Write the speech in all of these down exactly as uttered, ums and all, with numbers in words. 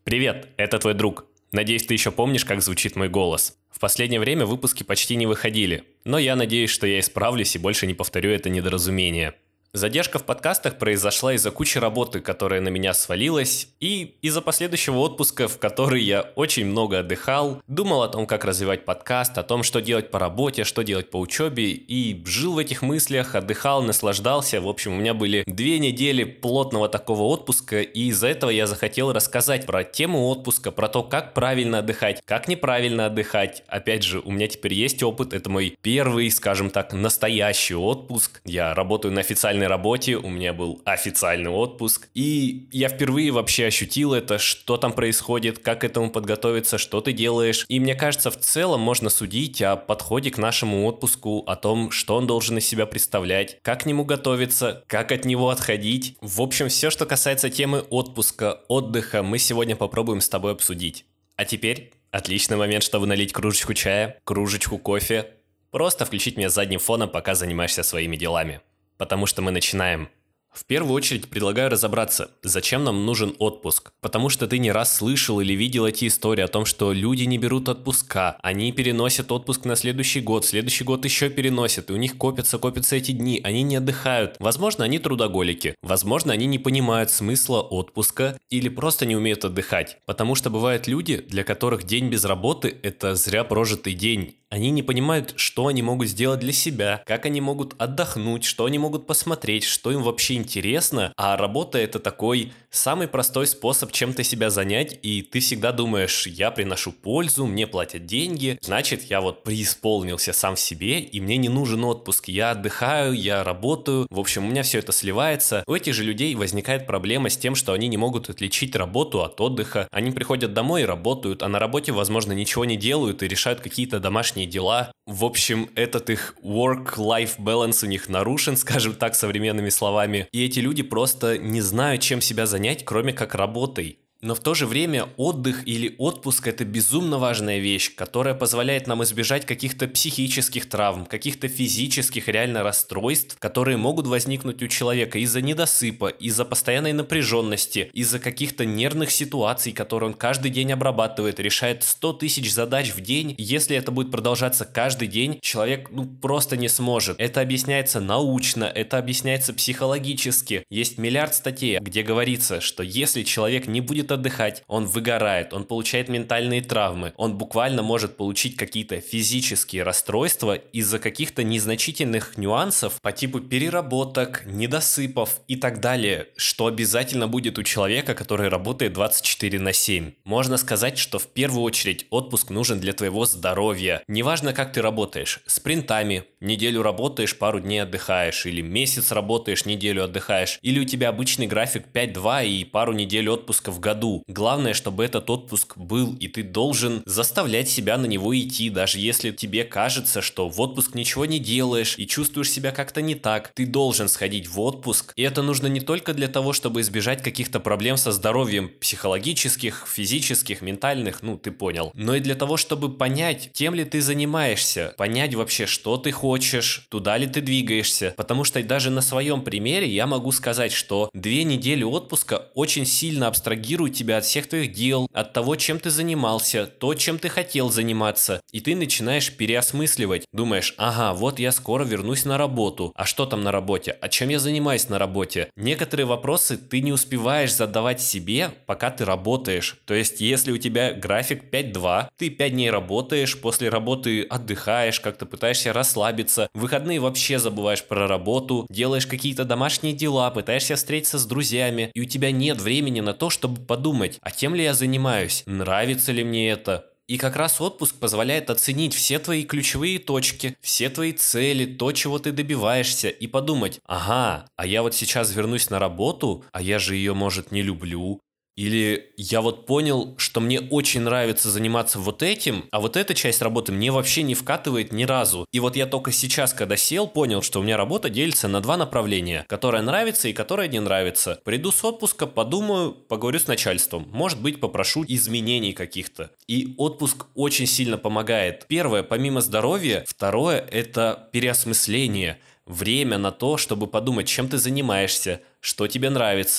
Привет, это твой друг. Надеюсь, ты еще помнишь, как звучит мой голос. В последнее время выпуски почти не выходили, но я надеюсь, что я исправлюсь и больше не повторю это недоразумение. Задержка в подкастах произошла из-за кучи работы, которая на меня свалилась, и из-за последующего отпуска, в который я очень много отдыхал, думал о том, как развивать подкаст, о том, что делать по работе, что делать по учебе, и жил в этих мыслях, отдыхал, наслаждался. В общем, у меня были две недели плотного такого отпуска, и из-за этого я захотел рассказать про тему отпуска, про то, как правильно отдыхать, как неправильно отдыхать. Опять же, у меня теперь есть опыт, это мой первый, скажем так, настоящий отпуск. Я работаю на официальной работе, у меня был официальный отпуск, и я впервые вообще ощутил это, что там происходит, как к этому подготовиться, что ты делаешь, и мне кажется, в целом можно судить о подходе к нашему отпуску, о том, что он должен из себя представлять, как к нему готовиться, как от него отходить. В общем, все, что касается темы отпуска, отдыха, мы сегодня попробуем с тобой обсудить. А теперь отличный момент, чтобы налить кружечку чая, кружечку кофе, просто включить меня задним фоном, пока занимаешься своими делами. Потому что мы начинаем. В первую очередь предлагаю разобраться, зачем нам нужен отпуск. Потому что ты не раз слышал или видел эти истории о том, что люди не берут отпуска, они переносят отпуск на следующий год, следующий год еще переносят, и у них копятся, копятся эти дни, они не отдыхают. Возможно, они трудоголики, возможно, они не понимают смысла отпуска или просто не умеют отдыхать. Потому что бывают люди, для которых день без работы – это зря прожитый день. Они не понимают, что они могут сделать для себя, как они могут отдохнуть, что они могут посмотреть, что им вообще интересно. А работа – это такой самый простой способ чем-то себя занять, и ты всегда думаешь, я приношу пользу, мне платят деньги, значит, я вот преисполнился сам в себе, и мне не нужен отпуск. Я отдыхаю, я работаю, в общем, у меня все это сливается. У этих же людей возникает проблема с тем, что они не могут отличить работу от отдыха. Они приходят домой и работают, а на работе, возможно, ничего не делают и решают какие-то домашние дела. В общем, этот их work-life balance у них нарушен, скажем так, современными словами. И эти люди просто не знают, чем себя занять, кроме как работой. Но в то же время отдых или отпуск – это безумно важная вещь, которая позволяет нам избежать каких-то психических травм, каких-то физических реально расстройств, которые могут возникнуть у человека из-за недосыпа, из-за постоянной напряженности, из-за каких-то нервных ситуаций, которые он каждый день обрабатывает, решает сто тысяч задач в день. Если это будет продолжаться каждый день, человек ну просто не сможет. Это объясняется научно, это объясняется психологически. Есть миллиард статей, где говорится, что если человек не будет отдыхать, он выгорает, он получает ментальные травмы, он буквально может получить какие-то физические расстройства из-за каких-то незначительных нюансов по типу переработок, недосыпов и так далее, что обязательно будет у человека, который работает двадцать четыре на семь. Можно сказать, что в первую очередь отпуск нужен для твоего здоровья. Неважно, как ты работаешь, спринтами, неделю работаешь, пару дней отдыхаешь, или месяц работаешь, неделю отдыхаешь, или у тебя обычный график пять-два и пару недель отпуска в году. Главное, чтобы этот отпуск был, и ты должен заставлять себя на него идти, даже если тебе кажется, что в отпуск ничего не делаешь и чувствуешь себя как-то не так. Ты должен сходить в отпуск, и это нужно не только для того, чтобы избежать каких-то проблем со здоровьем психологических, физических, ментальных, ну ты понял, но и для того, чтобы понять, тем ли ты занимаешься, понять вообще, что ты хочешь, туда ли ты двигаешься, потому что даже на своем примере я могу сказать, что две недели отпуска очень сильно абстрагируют тебя от всех твоих дел, от того, чем ты занимался, то, чем ты хотел заниматься. И ты начинаешь переосмысливать. Думаешь, ага, вот я скоро вернусь на работу. А что там на работе? А чем я занимаюсь на работе? Некоторые вопросы ты не успеваешь задавать себе, пока ты работаешь. То есть, если у тебя график пять-два, ты пять дней работаешь, после работы отдыхаешь, как-то пытаешься расслабиться, в выходные вообще забываешь про работу, делаешь какие-то домашние дела, пытаешься встретиться с друзьями, и у тебя нет времени на то, чтобы подумать, а тем ли я занимаюсь, нравится ли мне это. И как раз отпуск позволяет оценить все твои ключевые точки, все твои цели, то, чего ты добиваешься, и подумать, ага, а я вот сейчас вернусь на работу, а я же ее, может, не люблю. Или я вот понял, что мне очень нравится заниматься вот этим, а вот эта часть работы мне вообще не вкатывает ни разу. И вот я только сейчас, когда сел, понял, что у меня работа делится на два направления, которое нравится и которое не нравится. Приду с отпуска, подумаю, поговорю с начальством. Может быть, попрошу изменений каких-то. И отпуск очень сильно помогает. Первое, помимо здоровья, второе, это переосмысление. Время на то, чтобы подумать, чем ты занимаешься, что тебе нравится,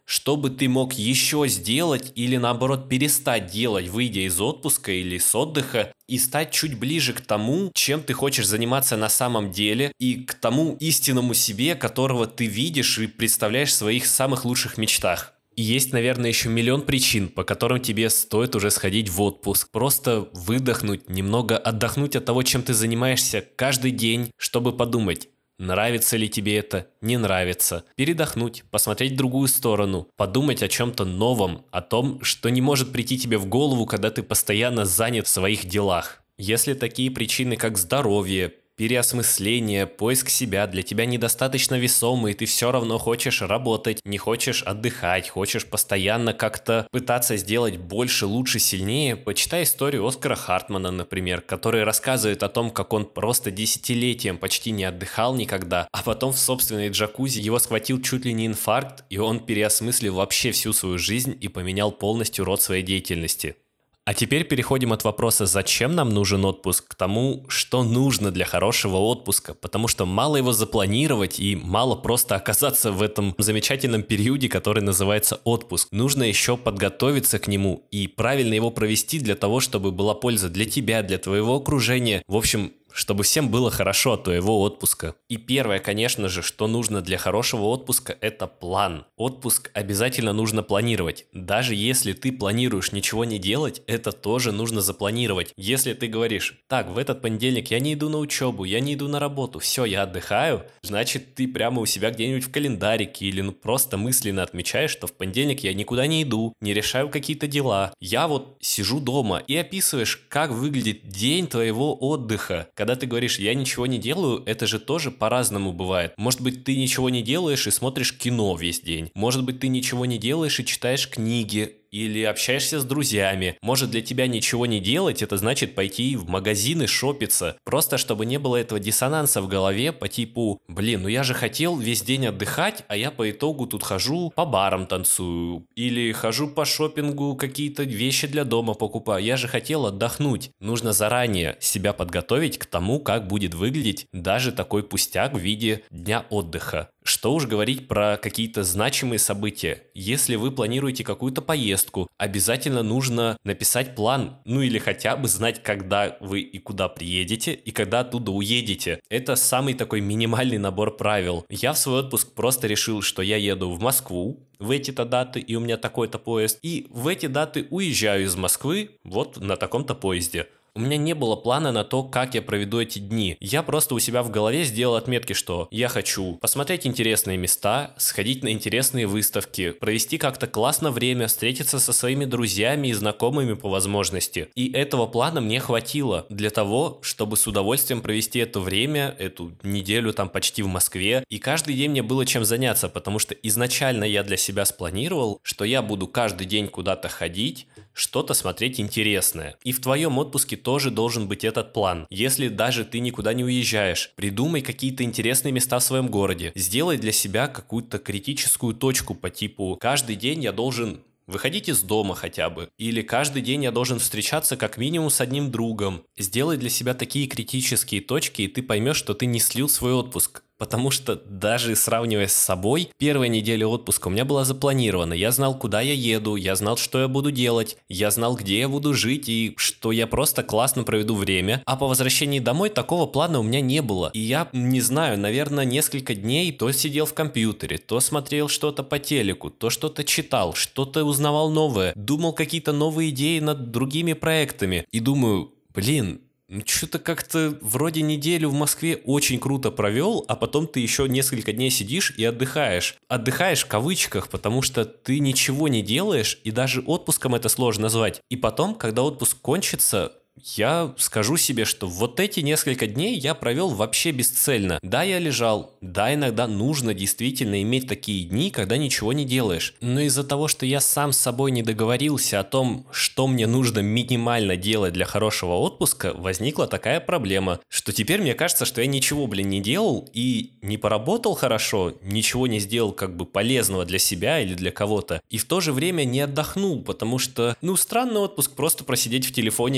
что бы ты мог еще сделать или наоборот перестать делать, выйдя из отпуска или с отдыха, и стать чуть ближе к тому, чем ты хочешь заниматься на самом деле, и к тому истинному себе, которого ты видишь и представляешь в своих самых лучших мечтах. И есть, наверное, еще миллион причин, по которым тебе стоит уже сходить в отпуск. Просто выдохнуть, немного отдохнуть от того, чем ты занимаешься каждый день, чтобы подумать, нравится ли тебе это, не нравится. Передохнуть, посмотреть в другую сторону, подумать о чем-то новом, о том, что не может прийти тебе в голову, когда ты постоянно занят в своих делах. Если такие причины, как здоровье, переосмысление, поиск себя для тебя недостаточно весомый, ты все равно хочешь работать, не хочешь отдыхать, хочешь постоянно как-то пытаться сделать больше, лучше, сильнее, почитай историю Оскара Хартмана, например, который рассказывает о том, как он просто десятилетием почти не отдыхал никогда, а потом в собственной джакузи его схватил чуть ли не инфаркт, и он переосмыслил вообще всю свою жизнь и поменял полностью род своей деятельности. А теперь переходим от вопроса, зачем нам нужен отпуск, к тому, что нужно для хорошего отпуска, потому что мало его запланировать и мало просто оказаться в этом замечательном периоде, который называется отпуск. Нужно еще подготовиться к нему и правильно его провести для того, чтобы была польза для тебя, для твоего окружения. В общем, чтобы всем было хорошо от твоего отпуска. И первое, конечно же, что нужно для хорошего отпуска, это план. Отпуск обязательно нужно планировать. Даже если ты планируешь ничего не делать, это тоже нужно запланировать. Если ты говоришь, так, в этот понедельник я не иду на учебу, я не иду на работу, все, я отдыхаю, значит, ты прямо у себя где-нибудь в календарике или ну просто мысленно отмечаешь, что в понедельник я никуда не иду, не решаю какие-то дела. Я вот сижу дома и описываешь, как выглядит день твоего отдыха. Когда ты говоришь, я ничего не делаю, это же тоже по-разному бывает. Может быть, ты ничего не делаешь и смотришь кино весь день. Может быть, ты ничего не делаешь и читаешь книги. Или общаешься с друзьями. Может, для тебя ничего не делать, это значит пойти в магазины шопиться. Просто чтобы не было этого диссонанса в голове по типу, блин, ну я же хотел весь день отдыхать, а я по итогу тут хожу по барам танцую. Или хожу по шопингу, какие-то вещи для дома покупаю. Я же хотел отдохнуть. Нужно заранее себя подготовить к тому, как будет выглядеть даже такой пустяк в виде дня отдыха. Что уж говорить про какие-то значимые события. Если вы планируете какую-то поездку, обязательно нужно написать план, ну или хотя бы знать, когда вы и куда приедете, и когда оттуда уедете. Это самый такой минимальный набор правил. Я в свой отпуск просто решил, что я еду в Москву в эти-то даты, и у меня такой-то поезд, и в эти даты уезжаю из Москвы вот на таком-то поезде. У меня не было плана на то, как я проведу эти дни. Я просто у себя в голове сделал отметки, что я хочу посмотреть интересные места, сходить на интересные выставки, провести как-то классно время, встретиться со своими друзьями и знакомыми по возможности. И этого плана мне хватило для того, чтобы с удовольствием провести это время, эту неделю там почти в Москве. И каждый день мне было чем заняться, потому что изначально я для себя спланировал, что я буду каждый день куда-то ходить, что-то смотреть интересное. И в твоем отпуске тоже должен быть этот план. Если даже ты никуда не уезжаешь, придумай какие-то интересные места в своем городе. Сделай для себя какую-то критическую точку по типу «каждый день я должен выходить из дома хотя бы». Или «каждый день я должен встречаться как минимум с одним другом». Сделай для себя такие критические точки, и ты поймешь, что ты не слил свой отпуск. Потому что даже сравнивая с собой, первая неделя отпуска у меня была запланирована. Я знал, куда я еду, я знал, что я буду делать, я знал, где я буду жить и что я просто классно проведу время. А по возвращении домой такого плана у меня не было. И я, не знаю, наверное, несколько дней то сидел в компьютере, то смотрел что-то по телеку, то что-то читал, что-то узнавал новое, думал какие-то новые идеи над другими проектами. И думаю, блин, ну, что-то как-то вроде неделю в Москве очень круто провел, а потом ты еще несколько дней сидишь и отдыхаешь. Отдыхаешь в кавычках, потому что ты ничего не делаешь, и даже отпуском это сложно назвать. И потом, когда отпуск кончится, я скажу себе, что вот эти несколько дней я провел вообще бесцельно. Да, я лежал, да, иногда нужно действительно иметь такие дни, когда ничего не делаешь. Но из-за того, что я сам с собой не договорился о том, что мне нужно минимально делать для хорошего отпуска, возникла такая проблема, что теперь мне кажется, что я ничего, блин, не делал и не поработал хорошо, ничего не сделал как бы полезного для себя или для кого-то, и в то же время не отдохнул, потому что, ну, странный отпуск просто просидеть в телефоне весь день,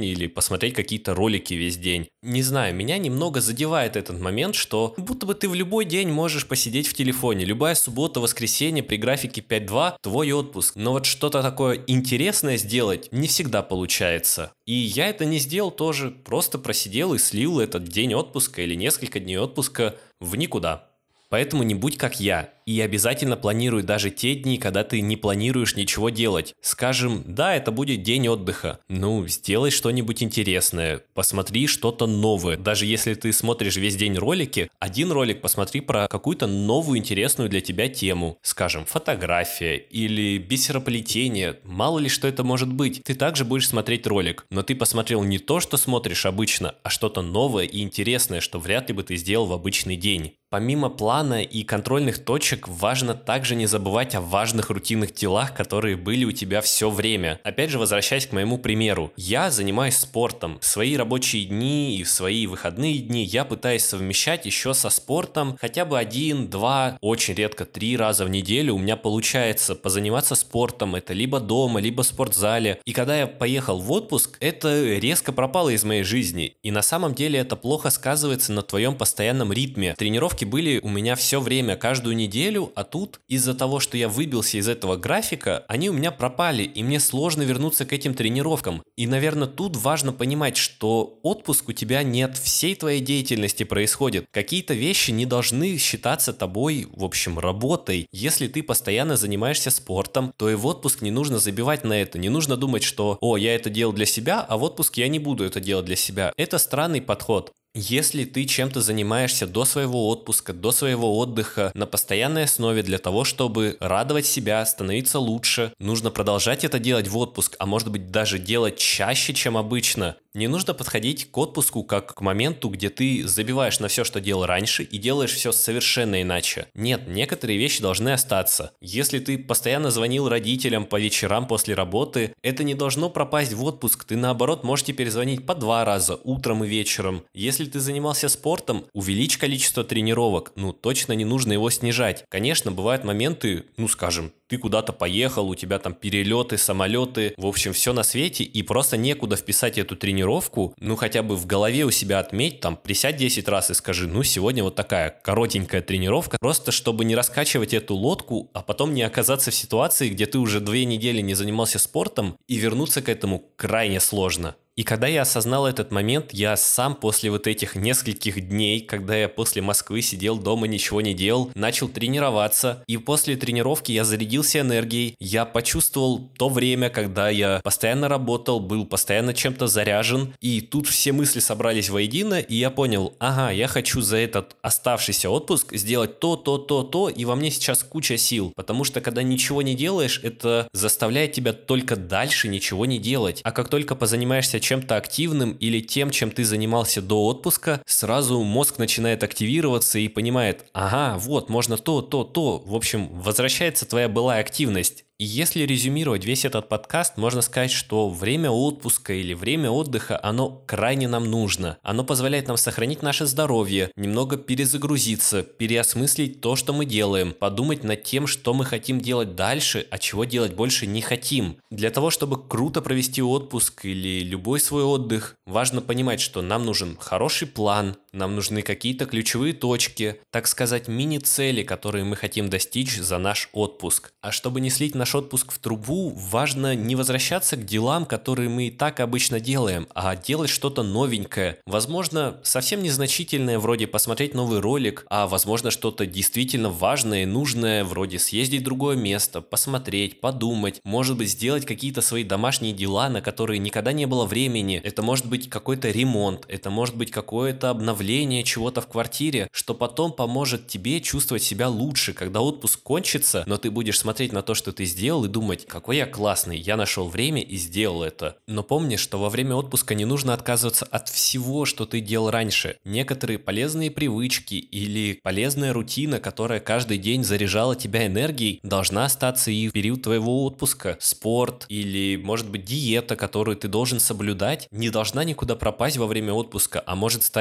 день или посмотреть какие-то ролики весь день. Не знаю, меня немного задевает этот момент, что будто бы ты в любой день можешь посидеть в телефоне. Любая суббота, воскресенье при графике пять-два – твой отпуск. Но вот что-то такое интересное сделать не всегда получается. И я это не сделал тоже, просто просидел и слил этот день отпуска или несколько дней отпуска в никуда. Поэтому не будь как я, и обязательно планируй даже те дни, когда ты не планируешь ничего делать. Скажем, да, это будет день отдыха. Ну, сделай что-нибудь интересное, посмотри что-то новое. Даже если ты смотришь весь день ролики, один ролик посмотри про какую-то новую интересную для тебя тему. Скажем, фотография или бисероплетение, мало ли что это может быть. Ты также будешь смотреть ролик, но ты посмотрел не то, что смотришь обычно, а что-то новое и интересное, что вряд ли бы ты сделал в обычный день. Помимо плана и контрольных точек, важно также не забывать о важных рутинных делах, которые были у тебя все время. Опять же, возвращаясь к моему примеру. Я занимаюсь спортом. В свои рабочие дни и в свои выходные дни я пытаюсь совмещать еще со спортом хотя бы один, два, очень редко три раза в неделю у меня получается позаниматься спортом. Это либо дома, либо в спортзале. И когда я поехал в отпуск, это резко пропало из моей жизни. И на самом деле это плохо сказывается на твоем постоянном ритме. Тренировки были у меня все время, каждую неделю, а тут из-за того, что я выбился из этого графика, они у меня пропали, и мне сложно вернуться к этим тренировкам. И, наверное, тут важно понимать, что отпуск у тебя не от всей твоей деятельности происходит. Какие-то вещи не должны считаться тобой, в общем, работой. Если ты постоянно занимаешься спортом, то и в отпуск не нужно забивать на это. Не нужно думать, что «О, я это делал для себя, а в отпуск я не буду это делать для себя». Это странный подход. Если ты чем-то занимаешься до своего отпуска, до своего отдыха на постоянной основе для того, чтобы радовать себя, становиться лучше, нужно продолжать это делать в отпуск, а может быть даже делать чаще, чем обычно. Не нужно подходить к отпуску как к моменту, где ты забиваешь на все, что делал раньше, и делаешь все совершенно иначе. Нет, некоторые вещи должны остаться. Если ты постоянно звонил родителям по вечерам после работы, это не должно пропасть в отпуск. Ты, наоборот, можешь теперь звонить по два раза, утром и вечером. Если ты занимался спортом, увеличь количество тренировок. Ну, точно не нужно его снижать. Конечно, бывают моменты, ну, скажем, ты куда-то поехал, у тебя там перелеты, самолеты, в общем, все на свете, и просто некуда вписать эту тренировку, ну, хотя бы в голове у себя отметь, там, присядь десять раз и скажи, ну, сегодня вот такая коротенькая тренировка, просто чтобы не раскачивать эту лодку, а потом не оказаться в ситуации, где ты уже две недели не занимался спортом, и вернуться к этому крайне сложно. И когда я осознал этот момент, я сам после вот этих нескольких дней, когда я после Москвы сидел дома, ничего не делал, начал тренироваться. И после тренировки я зарядился энергией. Я почувствовал то время, когда я постоянно работал, был постоянно чем-то заряжен. И тут все мысли собрались воедино, и я понял, ага, я хочу за этот оставшийся отпуск сделать то, то, то, то, и во мне сейчас куча сил. Потому что когда ничего не делаешь, это заставляет тебя только дальше ничего не делать. А как только позанимаешься чем-то активным или тем, чем ты занимался до отпуска, сразу мозг начинает активироваться и понимает, ага, вот, можно то, то, то. В общем, возвращается твоя былая активность. И если резюмировать весь этот подкаст, можно сказать, что время отпуска или время отдыха, оно крайне нам нужно. Оно позволяет нам сохранить наше здоровье, немного перезагрузиться, переосмыслить то, что мы делаем, подумать над тем, что мы хотим делать дальше, а чего делать больше не хотим. Для того, чтобы круто провести отпуск или любой свой отдых, важно понимать, что нам нужен хороший план, нам нужны какие-то ключевые точки, так сказать, мини-цели, которые мы хотим достичь за наш отпуск. А чтобы не слить наш отпуск в трубу, важно не возвращаться к делам, которые мы и так обычно делаем, а делать что-то новенькое. Возможно, совсем незначительное, вроде посмотреть новый ролик, а возможно что-то действительно важное и нужное, вроде съездить в другое место, посмотреть, подумать, может быть сделать какие-то свои домашние дела, на которые никогда не было времени. Это может быть какой-то ремонт, это может быть какое-то обновление чего-то в квартире, что потом поможет тебе чувствовать себя лучше, когда отпуск кончится, но ты будешь смотреть на то, что ты сделал, и думать, какой я классный, я нашел время и сделал это. Но помни, что во время отпуска не нужно отказываться от всего, что ты делал раньше. Некоторые полезные привычки или полезная рутина, которая каждый день заряжала тебя энергией, должна остаться и в период твоего отпуска. Спорт или, может быть, диета, которую ты должен соблюдать, не должна никуда пропасть во время отпуска, а может стать только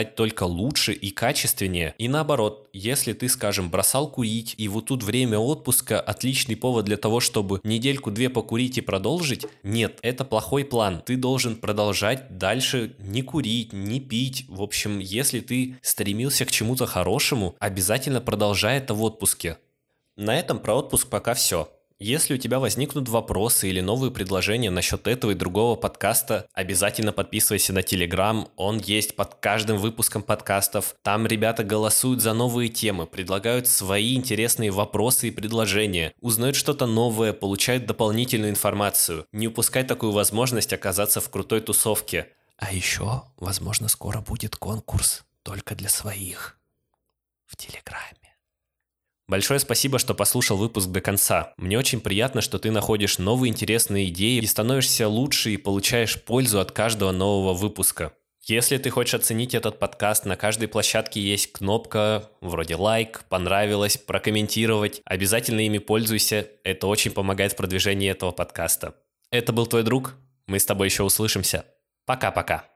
лучше и качественнее. И наоборот, если ты, скажем, бросал курить, и вот тут время отпуска – отличный повод для того, чтобы недельку-две покурить и продолжить, нет, это плохой план. Ты должен продолжать дальше не курить, не пить. В общем, если ты стремился к чему-то хорошему, обязательно продолжай это в отпуске. На этом про отпуск пока все. Если у тебя возникнут вопросы или новые предложения насчет этого и другого подкаста, обязательно подписывайся на Telegram, он есть под каждым выпуском подкастов. Там ребята голосуют за новые темы, предлагают свои интересные вопросы и предложения, узнают что-то новое, получают дополнительную информацию. Не упускай такую возможность оказаться в крутой тусовке. А еще, возможно, скоро будет конкурс только для своих в Телеграме. Большое спасибо, что послушал выпуск до конца. Мне очень приятно, что ты находишь новые интересные идеи и становишься лучше и получаешь пользу от каждого нового выпуска. Если ты хочешь оценить этот подкаст, на каждой площадке есть кнопка вроде лайк, понравилось, прокомментировать. Обязательно ими пользуйся, это очень помогает в продвижении этого подкаста. Это был твой друг, мы с тобой еще услышимся. Пока-пока.